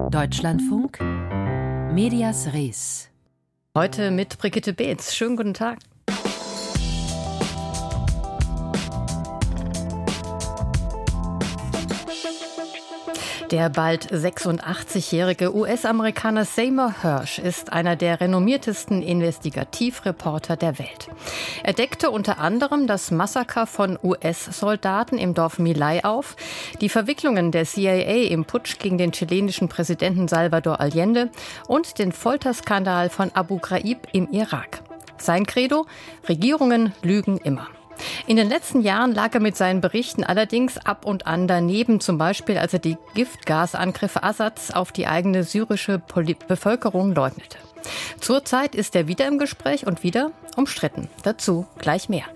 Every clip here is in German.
Deutschlandfunk, Medias Res. Heute mit Brigitte Beetz. Schönen guten Tag. Der bald 86-jährige US-Amerikaner Seymour Hersh ist einer der renommiertesten Investigativreporter der Welt. Er deckte unter anderem das Massaker von US-Soldaten im Dorf My Lai auf, die Verwicklungen der CIA im Putsch gegen den chilenischen Präsidenten Salvador Allende und den Folterskandal von Abu Ghraib im Irak. Sein Credo: Regierungen lügen immer. In den letzten Jahren lag er mit seinen Berichten allerdings ab und an daneben, zum Beispiel als er die Giftgasangriffe Assads auf die eigene syrische Bevölkerung leugnete. Zurzeit ist er wieder im Gespräch und wieder umstritten. Dazu gleich mehr.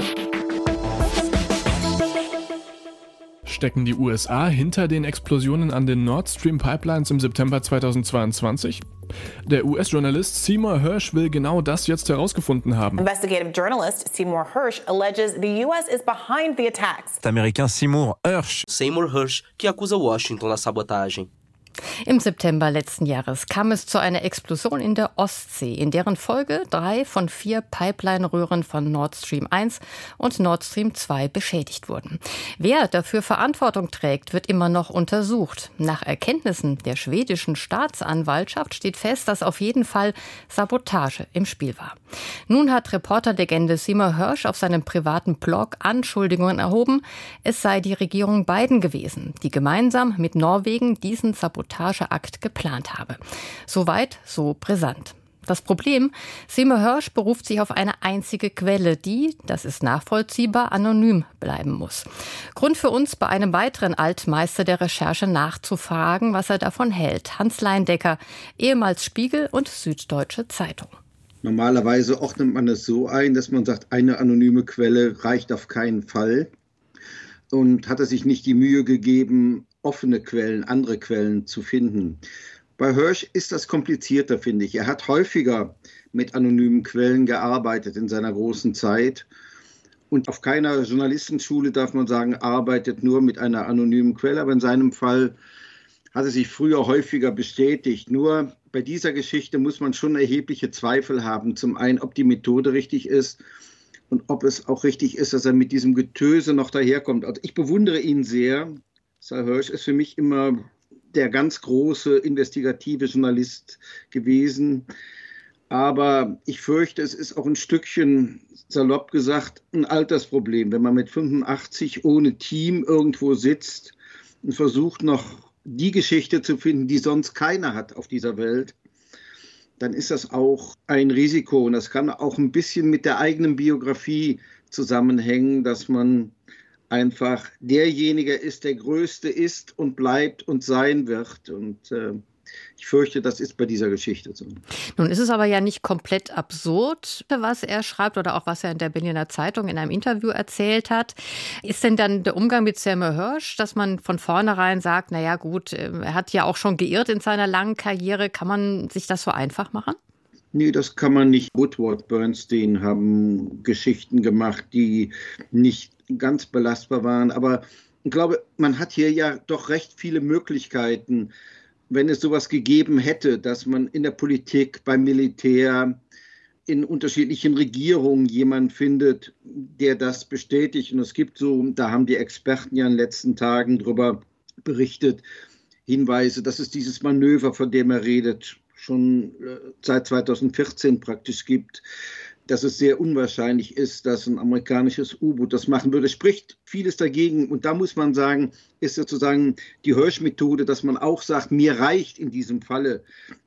Stecken die USA hinter den Explosionen an den Nord Stream Pipelines im September 2022? Der US-Journalist Seymour Hersh will genau das jetzt herausgefunden haben. Investigative journalist Seymour Hersh alleges the US is behind the attacks. Américain Seymour Hersh. Seymour Hersh, que acusa Washington da sabotagem. Im September letzten Jahres kam es zu einer Explosion in der Ostsee, in deren Folge 3 von 4 Pipeline-Röhren von Nord Stream 1 und Nord Stream 2 beschädigt wurden. Wer dafür Verantwortung trägt, wird immer noch untersucht. Nach Erkenntnissen der schwedischen Staatsanwaltschaft steht fest, dass auf jeden Fall Sabotage im Spiel war. Nun hat Reporterlegende Seymour Hersh auf seinem privaten Blog Anschuldigungen erhoben, es sei die Regierung Biden gewesen, die gemeinsam mit Norwegen diesen Sabotageakt geplant habe. Soweit, so brisant. Das Problem: Seymour Hersh beruft sich auf eine einzige Quelle, die, das ist nachvollziehbar, anonym bleiben muss. Grund für uns, bei einem weiteren Altmeister der Recherche nachzufragen, was er davon hält. Hans Leindecker, ehemals Spiegel und Süddeutsche Zeitung. Normalerweise ordnet man es so ein, dass man sagt, eine anonyme Quelle reicht auf keinen Fall. Und hat er sich nicht die Mühe gegeben, offene Quellen, andere Quellen zu finden. Bei Hersh ist das komplizierter, finde ich. Er hat häufiger mit anonymen Quellen gearbeitet in seiner großen Zeit. Und auf keiner Journalistenschule, darf man sagen, arbeitet nur mit einer anonymen Quelle. Aber in seinem Fall hat er sich früher häufiger bestätigt. Nur bei dieser Geschichte muss man schon erhebliche Zweifel haben. Zum einen, ob die Methode richtig ist und ob es auch richtig ist, dass er mit diesem Getöse noch daherkommt. Also ich bewundere ihn sehr. Seymour Hersh ist für mich immer der ganz große investigative Journalist gewesen. Aber ich fürchte, es ist auch ein Stückchen, salopp gesagt, ein Altersproblem. Wenn man mit 85 ohne Team irgendwo sitzt und versucht noch die Geschichte zu finden, die sonst keiner hat auf dieser Welt, dann ist das auch ein Risiko. Und das kann auch ein bisschen mit der eigenen Biografie zusammenhängen, dass man einfach derjenige ist, der Größte ist und bleibt und sein wird. Und ich fürchte, das ist bei dieser Geschichte so. Nun ist es aber ja nicht komplett absurd, was er schreibt oder auch was er in der Berliner Zeitung in einem Interview erzählt hat. Ist denn dann der Umgang mit Seymour Hersh, dass man von vornherein sagt, naja gut, er hat ja auch schon geirrt in seiner langen Karriere, kann man sich das so einfach machen? Nee, das kann man nicht. Woodward, Bernstein haben Geschichten gemacht, die nicht ganz belastbar waren. Aber ich glaube, man hat hier ja doch recht viele Möglichkeiten, wenn es sowas gegeben hätte, dass man in der Politik, beim Militär, in unterschiedlichen Regierungen jemanden findet, der das bestätigt. Und es gibt so, da haben die Experten ja in den letzten Tagen drüber berichtet, Hinweise, dass es dieses Manöver, von dem er redet, schon seit 2014 praktisch gibt, dass es sehr unwahrscheinlich ist, dass ein amerikanisches U-Boot das machen würde. Es spricht vieles dagegen. Und da muss man sagen, ist sozusagen die Hersh-Methode, dass man auch sagt, mir reicht in diesem Falle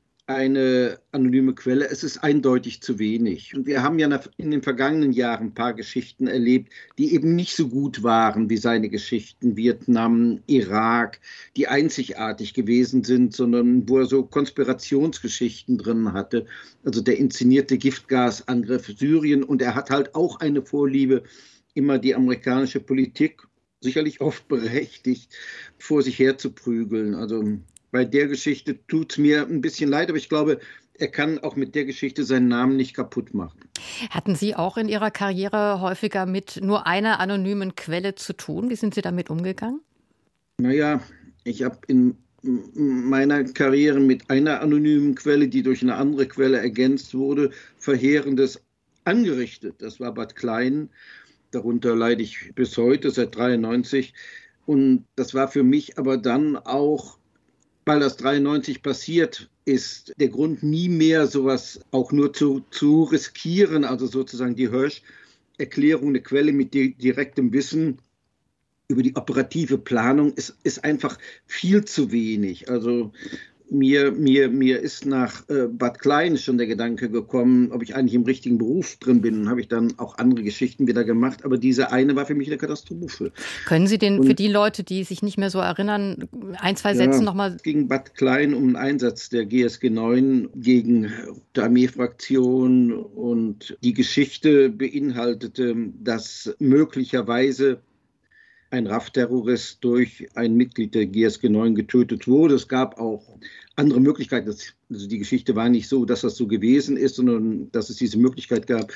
eine anonyme Quelle. Es ist eindeutig zu wenig. Und wir haben ja in den vergangenen Jahren ein paar Geschichten erlebt, die eben nicht so gut waren wie seine Geschichten Vietnam, Irak, die einzigartig gewesen sind, sondern wo er so Konspirationsgeschichten drin hatte. Also der inszenierte Giftgasangriff Syrien. Und er hat halt auch eine Vorliebe, immer die amerikanische Politik, sicherlich oft berechtigt, vor sich her zu prügeln. Also bei der Geschichte tut es mir ein bisschen leid, aber ich glaube, er kann auch mit der Geschichte seinen Namen nicht kaputt machen. Hatten Sie auch in Ihrer Karriere häufiger mit nur einer anonymen Quelle zu tun? Wie sind Sie damit umgegangen? Naja, ich habe in meiner Karriere mit einer anonymen Quelle, die durch eine andere Quelle ergänzt wurde, Verheerendes angerichtet. Das war Bad Klein. Darunter leide ich bis heute, seit 1993. Und das war für mich aber dann auch, weil das 1993 passiert ist, der Grund, nie mehr sowas auch nur zu riskieren, also sozusagen die Hirsch-Erklärung, eine Quelle mit direktem Wissen über die operative Planung, ist einfach viel zu wenig. Also mir ist nach Bad Klein schon der Gedanke gekommen, ob ich eigentlich im richtigen Beruf drin bin. Und habe ich dann auch andere Geschichten wieder gemacht. Aber diese eine war für mich eine Katastrophe. Können Sie denn für die Leute, die sich nicht mehr so erinnern, ein, zwei Sätze nochmal? Es ging Bad Klein um einen Einsatz der GSG 9 gegen die Armeefraktion. Und die Geschichte beinhaltete, dass möglicherweise ein RAF-Terrorist durch ein Mitglied der GSG 9 getötet wurde. Es gab auch andere Möglichkeiten. Also die Geschichte war nicht so, dass das so gewesen ist, sondern dass es diese Möglichkeit gab.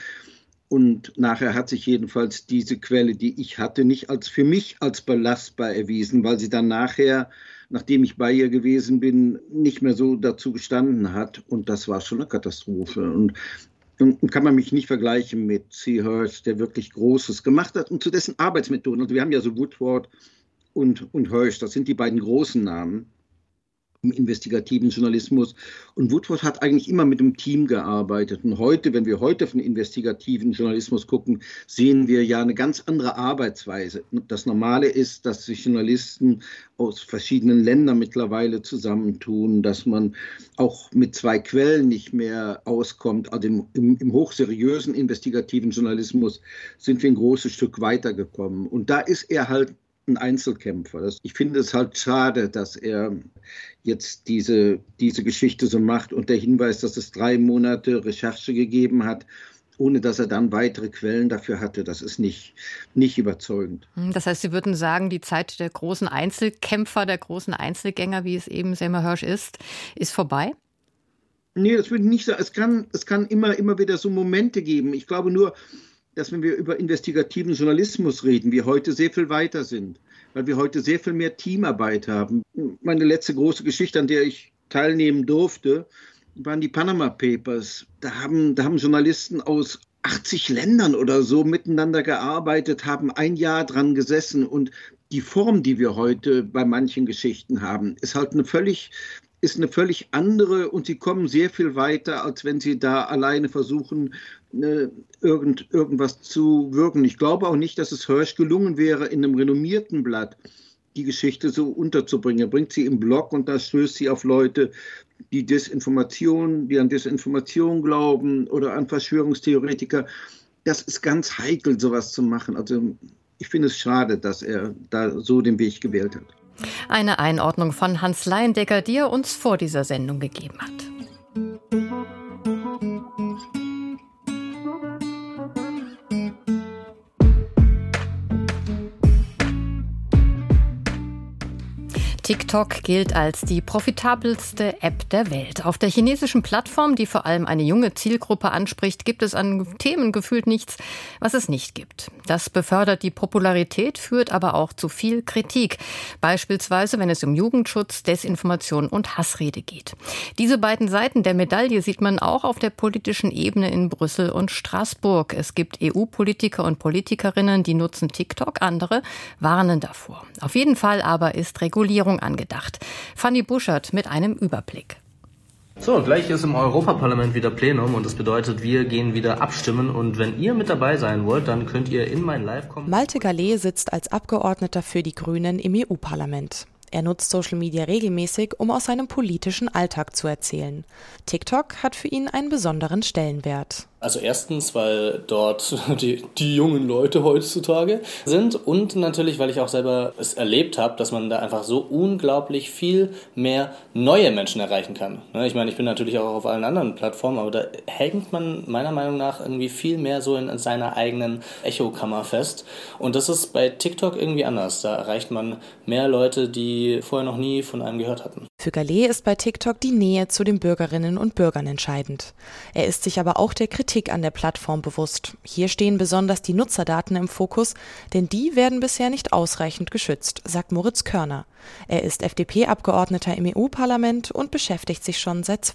Und nachher hat sich jedenfalls diese Quelle, die ich hatte, nicht für mich als belastbar erwiesen, weil sie dann nachher, nachdem ich bei ihr gewesen bin, nicht mehr so dazu gestanden hat. Und das war schon eine Katastrophe. Und kann man mich nicht vergleichen mit C. Hirsch, der wirklich Großes gemacht hat und zu dessen Arbeitsmethoden. Also wir haben ja so Woodward und Hirsch, das sind die beiden großen Namen im investigativen Journalismus. Und Woodward hat eigentlich immer mit einem Team gearbeitet. Und heute, wenn wir heute auf den investigativen Journalismus gucken, sehen wir ja eine ganz andere Arbeitsweise. Das Normale ist, dass sich Journalisten aus verschiedenen Ländern mittlerweile zusammentun, dass man auch mit zwei Quellen nicht mehr auskommt. Also im hochseriösen investigativen Journalismus sind wir ein großes Stück weitergekommen. Und da ist er halt ein Einzelkämpfer. Ich finde es halt schade, dass er jetzt diese Geschichte so macht und der Hinweis, dass es 3 Monate Recherche gegeben hat, ohne dass er dann weitere Quellen dafür hatte, das ist nicht überzeugend. Das heißt, Sie würden sagen, die Zeit der großen Einzelkämpfer, der großen Einzelgänger, wie es eben Seymour Hersh ist vorbei? Nee, das würde ich nicht sagen. Es kann immer wieder so Momente geben. Ich glaube nur, dass wenn wir über investigativen Journalismus reden, wir heute sehr viel weiter sind, weil wir heute sehr viel mehr Teamarbeit haben. Meine letzte große Geschichte, an der ich teilnehmen durfte, waren die Panama Papers. Da haben Journalisten aus 80 Ländern oder so miteinander gearbeitet, haben ein Jahr dran gesessen und die Form, die wir heute bei manchen Geschichten haben, ist halt eine völlig andere und sie kommen sehr viel weiter, als wenn sie da alleine versuchen, irgendwas zu wirken. Ich glaube auch nicht, dass es Hirsch gelungen wäre, in einem renommierten Blatt die Geschichte so unterzubringen. Er bringt sie im Blog und da stößt sie auf Leute, die an Desinformation glauben oder an Verschwörungstheoretiker. Das ist ganz heikel, sowas zu machen. Also ich finde es schade, dass er da so den Weg gewählt hat. Eine Einordnung von Hans Leyendecker, die er uns vor dieser Sendung gegeben hat. TikTok gilt als die profitabelste App der Welt. Auf der chinesischen Plattform, die vor allem eine junge Zielgruppe anspricht, gibt es an Themen gefühlt nichts, was es nicht gibt. Das befördert die Popularität, führt aber auch zu viel Kritik. Beispielsweise, wenn es um Jugendschutz, Desinformation und Hassrede geht. Diese beiden Seiten der Medaille sieht man auch auf der politischen Ebene in Brüssel und Straßburg. Es gibt EU-Politiker und Politikerinnen, die nutzen TikTok, andere warnen davor. Auf jeden Fall aber ist Regulierung angedacht. Fanny Buschert mit einem Überblick. So, gleich ist im Europaparlament wieder Plenum und das bedeutet, wir gehen wieder abstimmen und wenn ihr mit dabei sein wollt, dann könnt ihr in mein Live kommen. Malte Gallet sitzt als Abgeordneter für die Grünen im EU-Parlament. Er nutzt Social Media regelmäßig, um aus seinem politischen Alltag zu erzählen. TikTok hat für ihn einen besonderen Stellenwert. Also erstens, weil dort die jungen Leute heutzutage sind und natürlich, weil ich auch selber es erlebt habe, dass man da einfach so unglaublich viel mehr neue Menschen erreichen kann. Ich meine, ich bin natürlich auch auf allen anderen Plattformen, aber da hängt man meiner Meinung nach irgendwie viel mehr so in seiner eigenen Echokammer fest. Und das ist bei TikTok irgendwie anders. Da erreicht man mehr Leute, die vorher noch nie von einem gehört hatten. Für Gallet ist bei TikTok die Nähe zu den Bürgerinnen und Bürgern entscheidend. Er ist sich aber auch der Kritik an der Plattform bewusst. Hier stehen besonders die Nutzerdaten im Fokus, denn die werden bisher nicht ausreichend geschützt, sagt Moritz Körner. Er ist FDP-Abgeordneter im EU-Parlament und beschäftigt sich schon seit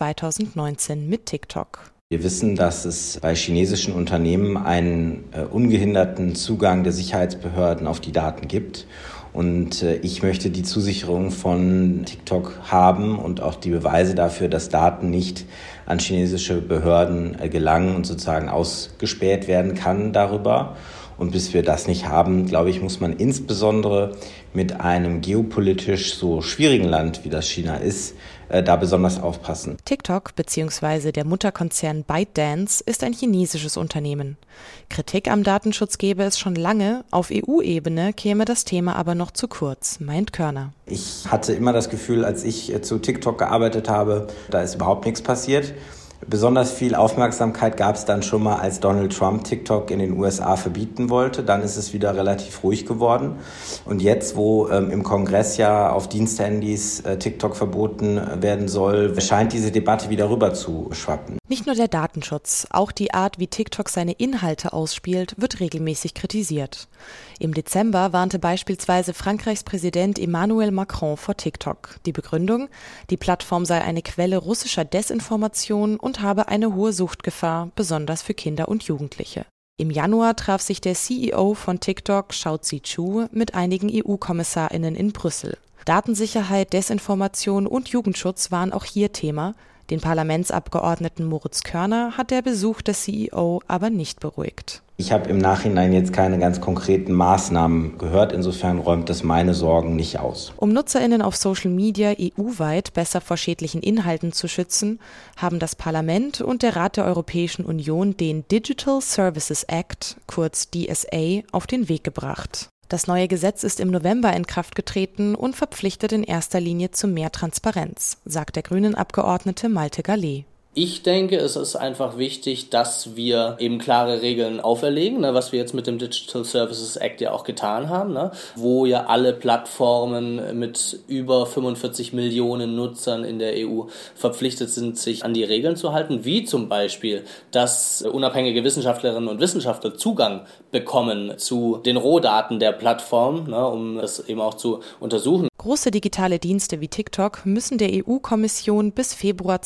2019 mit TikTok. Wir wissen, dass es bei chinesischen Unternehmen einen ungehinderten Zugang der Sicherheitsbehörden auf die Daten gibt. Und ich möchte die Zusicherung von TikTok haben und auch die Beweise dafür, dass Daten nicht an chinesische Behörden gelangen und sozusagen ausgespäht werden kann darüber. Und bis wir das nicht haben, glaube ich, muss man insbesondere mit einem geopolitisch so schwierigen Land, wie das China ist, da besonders aufpassen. TikTok bzw. der Mutterkonzern ByteDance ist ein chinesisches Unternehmen. Kritik am Datenschutz gäbe es schon lange, auf EU-Ebene käme das Thema aber noch zu kurz, meint Körner. Ich hatte immer das Gefühl, als ich zu TikTok gearbeitet habe, da ist überhaupt nichts passiert. Besonders viel Aufmerksamkeit gab es dann schon mal, als Donald Trump TikTok in den USA verbieten wollte. Dann ist es wieder relativ ruhig geworden. Und jetzt, wo im Kongress ja auf Diensthandys TikTok verboten werden soll, scheint diese Debatte wieder rüber zu schwappen. Nicht nur der Datenschutz, auch die Art, wie TikTok seine Inhalte ausspielt, wird regelmäßig kritisiert. Im Dezember warnte beispielsweise Frankreichs Präsident Emmanuel Macron vor TikTok. Die Begründung: Die Plattform sei eine Quelle russischer Desinformation und habe eine hohe Suchtgefahr, besonders für Kinder und Jugendliche. Im Januar traf sich der CEO von TikTok, Shou Zi Chew, mit einigen EU-KommissarInnen in Brüssel. Datensicherheit, Desinformation und Jugendschutz waren auch hier Thema. Den Parlamentsabgeordneten Moritz Körner hat der Besuch des CEO aber nicht beruhigt. Ich habe im Nachhinein jetzt keine ganz konkreten Maßnahmen gehört. Insofern räumt das meine Sorgen nicht aus. Um NutzerInnen auf Social Media EU-weit besser vor schädlichen Inhalten zu schützen, haben das Parlament und der Rat der Europäischen Union den Digital Services Act, kurz DSA, auf den Weg gebracht. Das neue Gesetz ist im November in Kraft getreten und verpflichtet in erster Linie zu mehr Transparenz, sagt der Grünen-Abgeordnete Malte Gallet. Ich denke, es ist einfach wichtig, dass wir eben klare Regeln auferlegen, was wir jetzt mit dem Digital Services Act ja auch getan haben, wo ja alle Plattformen mit über 45 Millionen Nutzern in der EU verpflichtet sind, sich an die Regeln zu halten, wie zum Beispiel, dass unabhängige Wissenschaftlerinnen und Wissenschaftler Zugang bekommen zu den Rohdaten der Plattform, um das eben auch zu untersuchen. Große digitale Dienste wie TikTok müssen der EU-Kommission bis Februar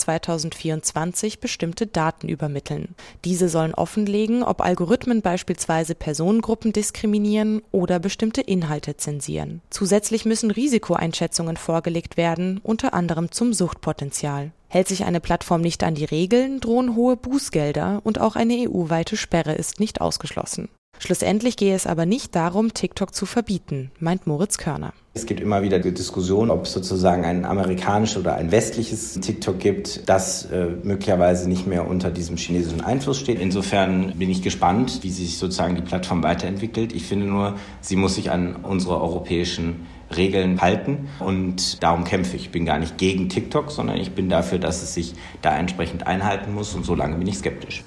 2024 bestimmte Daten übermitteln. Diese sollen offenlegen, ob Algorithmen beispielsweise Personengruppen diskriminieren oder bestimmte Inhalte zensieren. Zusätzlich müssen Risikoeinschätzungen vorgelegt werden, unter anderem zum Suchtpotenzial. Hält sich eine Plattform nicht an die Regeln, drohen hohe Bußgelder und auch eine EU-weite Sperre ist nicht ausgeschlossen. Schlussendlich gehe es aber nicht darum, TikTok zu verbieten, meint Moritz Körner. Es gibt immer wieder die Diskussion, ob es sozusagen ein amerikanisches oder ein westliches TikTok gibt, das möglicherweise nicht mehr unter diesem chinesischen Einfluss steht. Insofern bin ich gespannt, wie sich sozusagen die Plattform weiterentwickelt. Ich finde nur, sie muss sich an unsere europäischen Regeln halten und darum kämpfe ich. Ich bin gar nicht gegen TikTok, sondern ich bin dafür, dass es sich da entsprechend einhalten muss und solange bin ich skeptisch.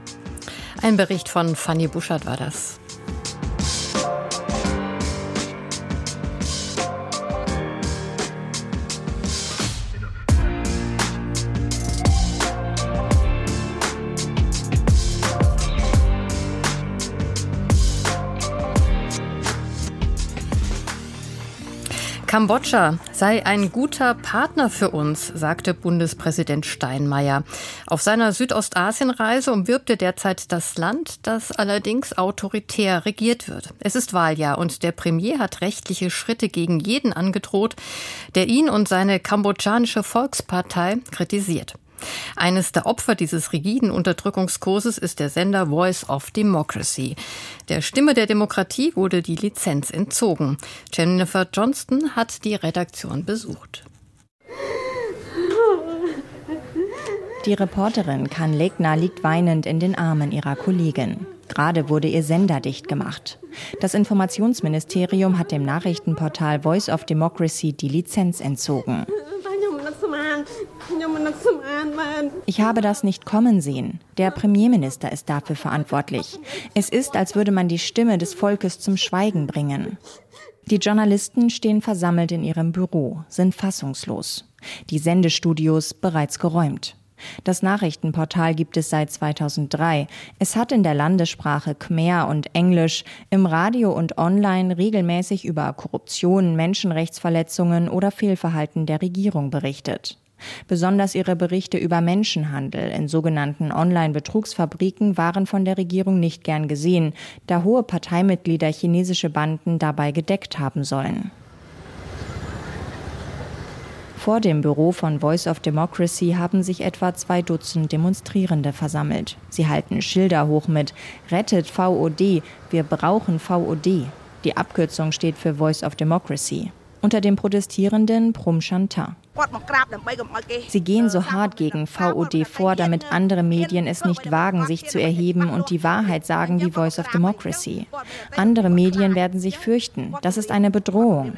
Ein Bericht von Fanny Buschert war das. Kambodscha sei ein guter Partner für uns, sagte Bundespräsident Steinmeier. Auf seiner Südostasienreise umwirbt er derzeit das Land, das allerdings autoritär regiert wird. Es ist Wahljahr und der Premier hat rechtliche Schritte gegen jeden angedroht, der ihn und seine kambodschanische Volkspartei kritisiert. Eines der Opfer dieses rigiden Unterdrückungskurses ist der Sender Voice of Democracy. Der Stimme der Demokratie wurde die Lizenz entzogen. Jennifer Johnston hat die Redaktion besucht. Die Reporterin Khan Lekna liegt weinend in den Armen ihrer Kollegin. Gerade wurde ihr Sender dicht gemacht. Das Informationsministerium hat dem Nachrichtenportal Voice of Democracy die Lizenz entzogen. Ich habe das nicht kommen sehen. Der Premierminister ist dafür verantwortlich. Es ist, als würde man die Stimme des Volkes zum Schweigen bringen. Die Journalisten stehen versammelt in ihrem Büro, sind fassungslos. Die Sendestudios bereits geräumt. Das Nachrichtenportal gibt es seit 2003. Es hat in der Landessprache Khmer und Englisch im Radio und online regelmäßig über Korruption, Menschenrechtsverletzungen oder Fehlverhalten der Regierung berichtet. Besonders ihre Berichte über Menschenhandel in sogenannten Online-Betrugsfabriken waren von der Regierung nicht gern gesehen, da hohe Parteimitglieder chinesische Banden dabei gedeckt haben sollen. Vor dem Büro von Voice of Democracy haben sich etwa 2 Dutzend Demonstrierende versammelt. Sie halten Schilder hoch mit »Rettet VOD, wir brauchen VOD«. Die Abkürzung steht für Voice of Democracy. Unter den Protestierenden Prum Shantar. Sie gehen so hart gegen VOD vor, damit andere Medien es nicht wagen, sich zu erheben und die Wahrheit sagen wie Voice of Democracy. Andere Medien werden sich fürchten. Das ist eine Bedrohung.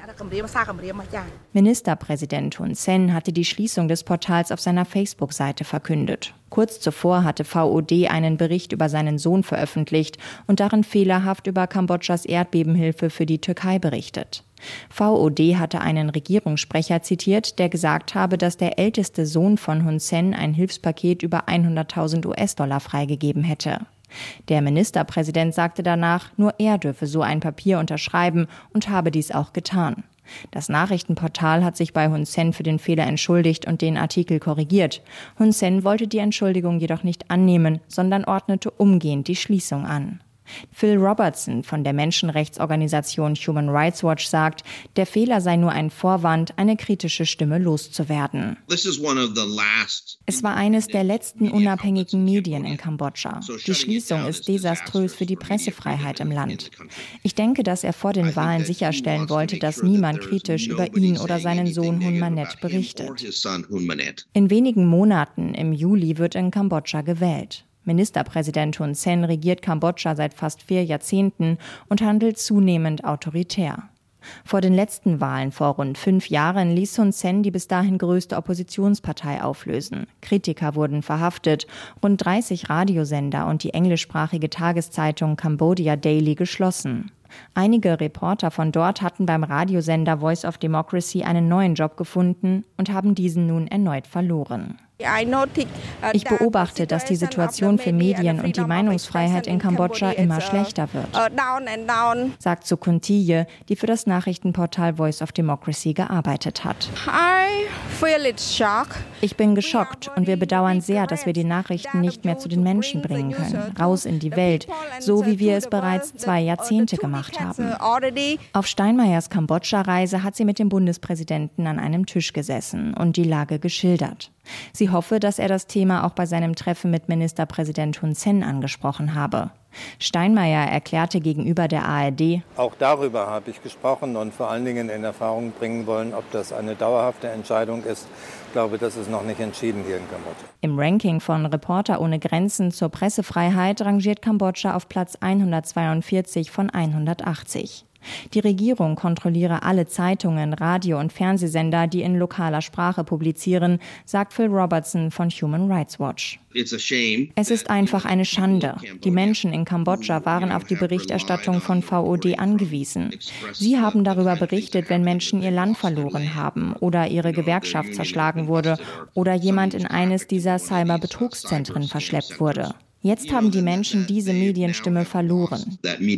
Ministerpräsident Hun Sen hatte die Schließung des Portals auf seiner Facebook-Seite verkündet. Kurz zuvor hatte VOD einen Bericht über seinen Sohn veröffentlicht und darin fehlerhaft über Kambodschas Erdbebenhilfe für die Türkei berichtet. VOD hatte einen Regierungssprecher zitiert, der gesagt habe, dass der älteste Sohn von Hun Sen ein Hilfspaket über 100.000 US-Dollar freigegeben hätte. Der Ministerpräsident sagte danach, nur er dürfe so ein Papier unterschreiben und habe dies auch getan. Das Nachrichtenportal hat sich bei Hun Sen für den Fehler entschuldigt und den Artikel korrigiert. Hun Sen wollte die Entschuldigung jedoch nicht annehmen, sondern ordnete umgehend die Schließung an. Phil Robertson von der Menschenrechtsorganisation Human Rights Watch sagt, der Fehler sei nur ein Vorwand, eine kritische Stimme loszuwerden. Es war eines der letzten unabhängigen Medien in Kambodscha. Die Schließung ist desaströs für die Pressefreiheit im Land. Ich denke, dass er vor den Wahlen sicherstellen wollte, dass niemand kritisch über ihn oder seinen Sohn Hun Manet berichtet. In wenigen Monaten im Juli wird in Kambodscha gewählt. Ministerpräsident Hun Sen regiert Kambodscha seit fast 4 Jahrzehnten und handelt zunehmend autoritär. Vor den letzten Wahlen vor rund 5 Jahren ließ Hun Sen die bis dahin größte Oppositionspartei auflösen. Kritiker wurden verhaftet, rund 30 Radiosender und die englischsprachige Tageszeitung Cambodia Daily geschlossen. Einige Reporter von dort hatten beim Radiosender Voice of Democracy einen neuen Job gefunden und haben diesen nun erneut verloren. Ich beobachte, dass die Situation für Medien und die Meinungsfreiheit in Kambodscha immer schlechter wird, sagt Sukuntiye, die für das Nachrichtenportal Voice of Democracy gearbeitet hat. Ich bin geschockt und wir bedauern sehr, dass wir die Nachrichten nicht mehr zu den Menschen bringen können, raus in die Welt, so wie wir es bereits 2 Jahrzehnte gemacht haben. Auf Steinmeiers Kambodscha-Reise hat sie mit dem Bundespräsidenten an einem Tisch gesessen und die Lage geschildert. Sie hoffe, dass er das Thema auch bei seinem Treffen mit Ministerpräsident Hun Sen angesprochen habe. Steinmeier erklärte gegenüber der ARD: Auch darüber habe ich gesprochen und vor allen Dingen in Erfahrung bringen wollen, ob das eine dauerhafte Entscheidung ist. Ich glaube, das ist noch nicht entschieden hier in Kambodscha. Im Ranking von Reporter ohne Grenzen zur Pressefreiheit rangiert Kambodscha auf Platz 142 von 180. Die Regierung kontrolliere alle Zeitungen, Radio- und Fernsehsender, die in lokaler Sprache publizieren, sagt Phil Robertson von Human Rights Watch. Es ist einfach eine Schande. Die Menschen in Kambodscha waren auf die Berichterstattung von VOD angewiesen. Sie haben darüber berichtet, wenn Menschen ihr Land verloren haben oder ihre Gewerkschaft zerschlagen wurde oder jemand in eines dieser Cyber-Betrugszentren verschleppt wurde. Jetzt haben die Menschen diese Medienstimme verloren.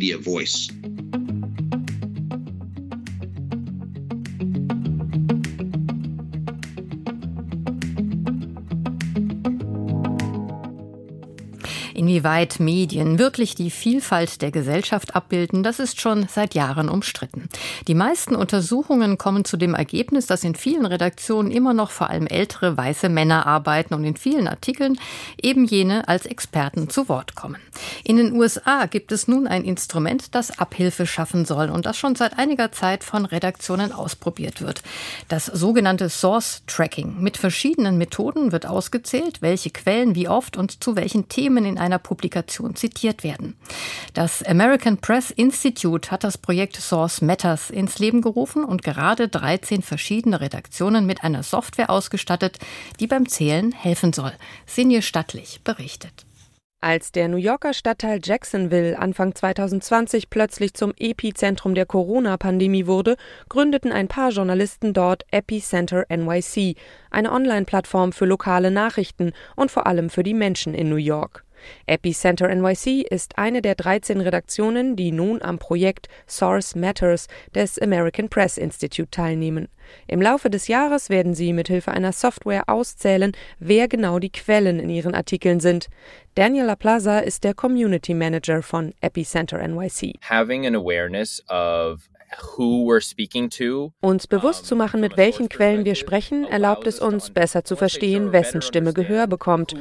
Inwieweit Medien wirklich die Vielfalt der Gesellschaft abbilden, das ist schon seit Jahren umstritten. Die meisten Untersuchungen kommen zu dem Ergebnis, dass in vielen Redaktionen immer noch vor allem ältere weiße Männer arbeiten und in vielen Artikeln eben jene als Experten zu Wort kommen. In den USA gibt es nun ein Instrument, das Abhilfe schaffen soll und das schon seit einiger Zeit von Redaktionen ausprobiert wird. Das sogenannte Source Tracking. Mit verschiedenen Methoden wird ausgezählt, welche Quellen wie oft und zu welchen Themen in einer Publikation zitiert werden. Das American Press Institute hat das Projekt Source Matters ins Leben gerufen und gerade 13 verschiedene Redaktionen mit einer Software ausgestattet, die beim Zählen helfen soll. Sinje Stattlich berichtet. Als der New Yorker Stadtteil Jacksonville Anfang 2020 plötzlich zum Epizentrum der Corona-Pandemie wurde, gründeten ein paar Journalisten dort Epicenter NYC, eine Online-Plattform für lokale Nachrichten und vor allem für die Menschen in New York. Epicenter NYC ist eine der 13 Redaktionen, die nun am Projekt Source Matters des American Press Institute teilnehmen. Im Laufe des Jahres werden sie mithilfe einer Software auszählen, wer genau die Quellen in ihren Artikeln sind. Daniel LaPlaza ist der Community Manager von Epicenter NYC. Having an awareness of who we're speaking to. Uns bewusst zu machen, mit welchen Quellen wir sprechen, erlaubt es uns, besser zu verstehen, wessen Stimme Gehör bekommt.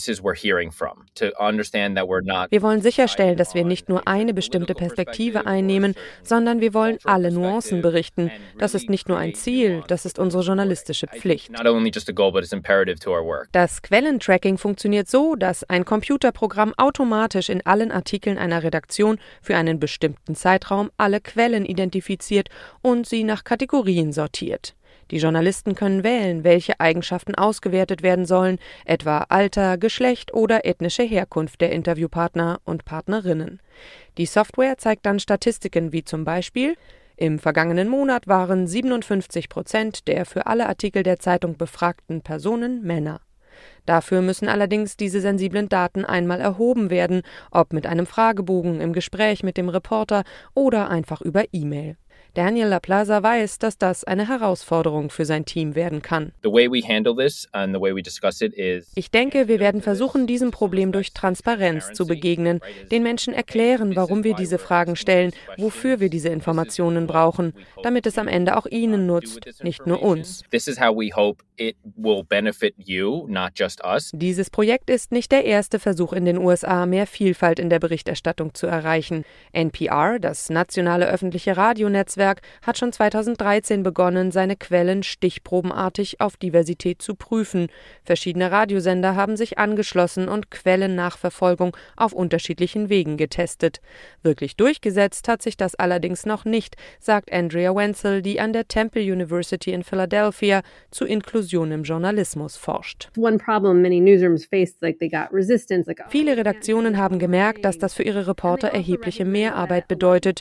Wir wollen sicherstellen, dass wir nicht nur eine bestimmte Perspektive einnehmen, sondern wir wollen alle Nuancen berichten. Das ist nicht nur ein Ziel, das ist unsere journalistische Pflicht. Das Quellentracking funktioniert so, dass ein Computerprogramm automatisch in allen Artikeln einer Redaktion für einen bestimmten Zeitraum alle Quellen identifiziert und sie nach Kategorien sortiert. Die Journalisten können wählen, welche Eigenschaften ausgewertet werden sollen, etwa Alter, Geschlecht oder ethnische Herkunft der Interviewpartner und Partnerinnen. Die Software zeigt dann Statistiken wie zum Beispiel: Im vergangenen Monat waren 57% der für alle Artikel der Zeitung befragten Personen Männer. Dafür müssen allerdings diese sensiblen Daten einmal erhoben werden, ob mit einem Fragebogen, im Gespräch mit dem Reporter oder einfach über E-Mail. Daniel LaPlaza weiß, dass das eine Herausforderung für sein Team werden kann. Ich denke, wir werden versuchen, diesem Problem durch Transparenz zu begegnen, den Menschen erklären, warum wir diese Fragen stellen, wofür wir diese Informationen brauchen, damit es am Ende auch ihnen nutzt, nicht nur uns. Dieses Projekt ist nicht der erste Versuch in den USA, mehr Vielfalt in der Berichterstattung zu erreichen. NPR, das nationale öffentliche Radionetzwerk, hat schon 2013 begonnen, seine Quellen stichprobenartig auf Diversität zu prüfen. Verschiedene Radiosender haben sich angeschlossen und Quellennachverfolgung auf unterschiedlichen Wegen getestet. Wirklich durchgesetzt hat sich das allerdings noch nicht, sagt Andrea Wenzel, die an der Temple University in Philadelphia zu Inklusion im Journalismus forscht. Viele Redaktionen haben gemerkt, dass das für ihre Reporter erhebliche Mehrarbeit bedeutet.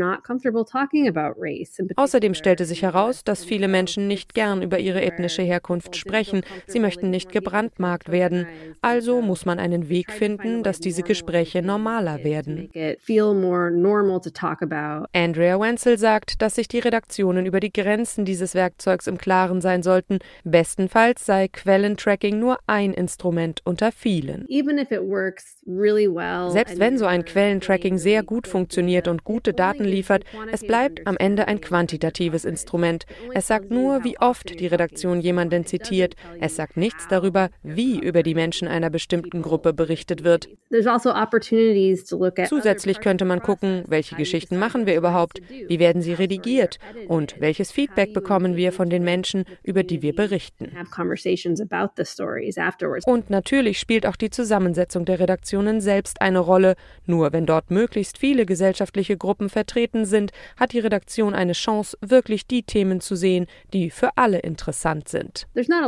Außerdem stellte sich heraus, dass viele Menschen nicht gern über ihre ethnische Herkunft sprechen. Sie möchten nicht gebrandmarkt werden. Also muss man einen Weg finden, dass diese Gespräche normaler werden. Andrea Wenzel sagt, dass sich die Redaktionen über die Grenzen dieses Werkzeugs im Klaren sein sollten. Bestenfalls sei Quellentracking nur ein Instrument unter vielen. Selbst wenn so ein Quellentracking sehr gut funktioniert und gute Daten liefert, es bleibt am Ende ein quantitatives Instrument. Es sagt nur, wie oft die Redaktion jemanden zitiert. Es sagt nichts darüber, wie über die Menschen einer bestimmten Gruppe berichtet wird. Zusätzlich könnte man gucken, welche Geschichten machen wir überhaupt, wie werden sie redigiert und welches Feedback bekommen wir von den Menschen, über die wir berichten. Und natürlich spielt auch die Zusammensetzung der Redaktionen selbst eine Rolle. Nur wenn dort möglichst viele gesellschaftliche Gruppen vertreten sind, hat die Redaktion eine Chance, wirklich die Themen zu sehen, die für alle interessant sind.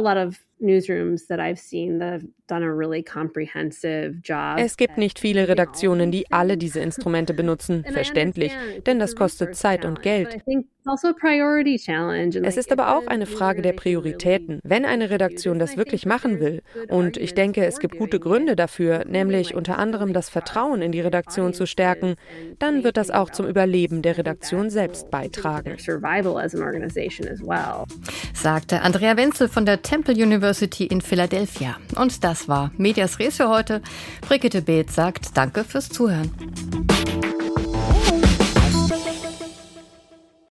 Es gibt nicht viele Redaktionen, die alle diese Instrumente benutzen. Verständlich, denn das kostet Zeit und Geld. Es ist aber auch eine Frage der Prioritäten. Wenn eine Redaktion das wirklich machen will, und ich denke, es gibt gute Gründe dafür, nämlich unter anderem das Vertrauen in die Redaktion zu stärken, dann wird das auch zum Überleben der Redaktion selbst beitragen. Sagte Andrea Wenzel von der Temple University in Philadelphia. Und das war Medias Res für heute. Brigitte Beeth sagt Danke fürs Zuhören.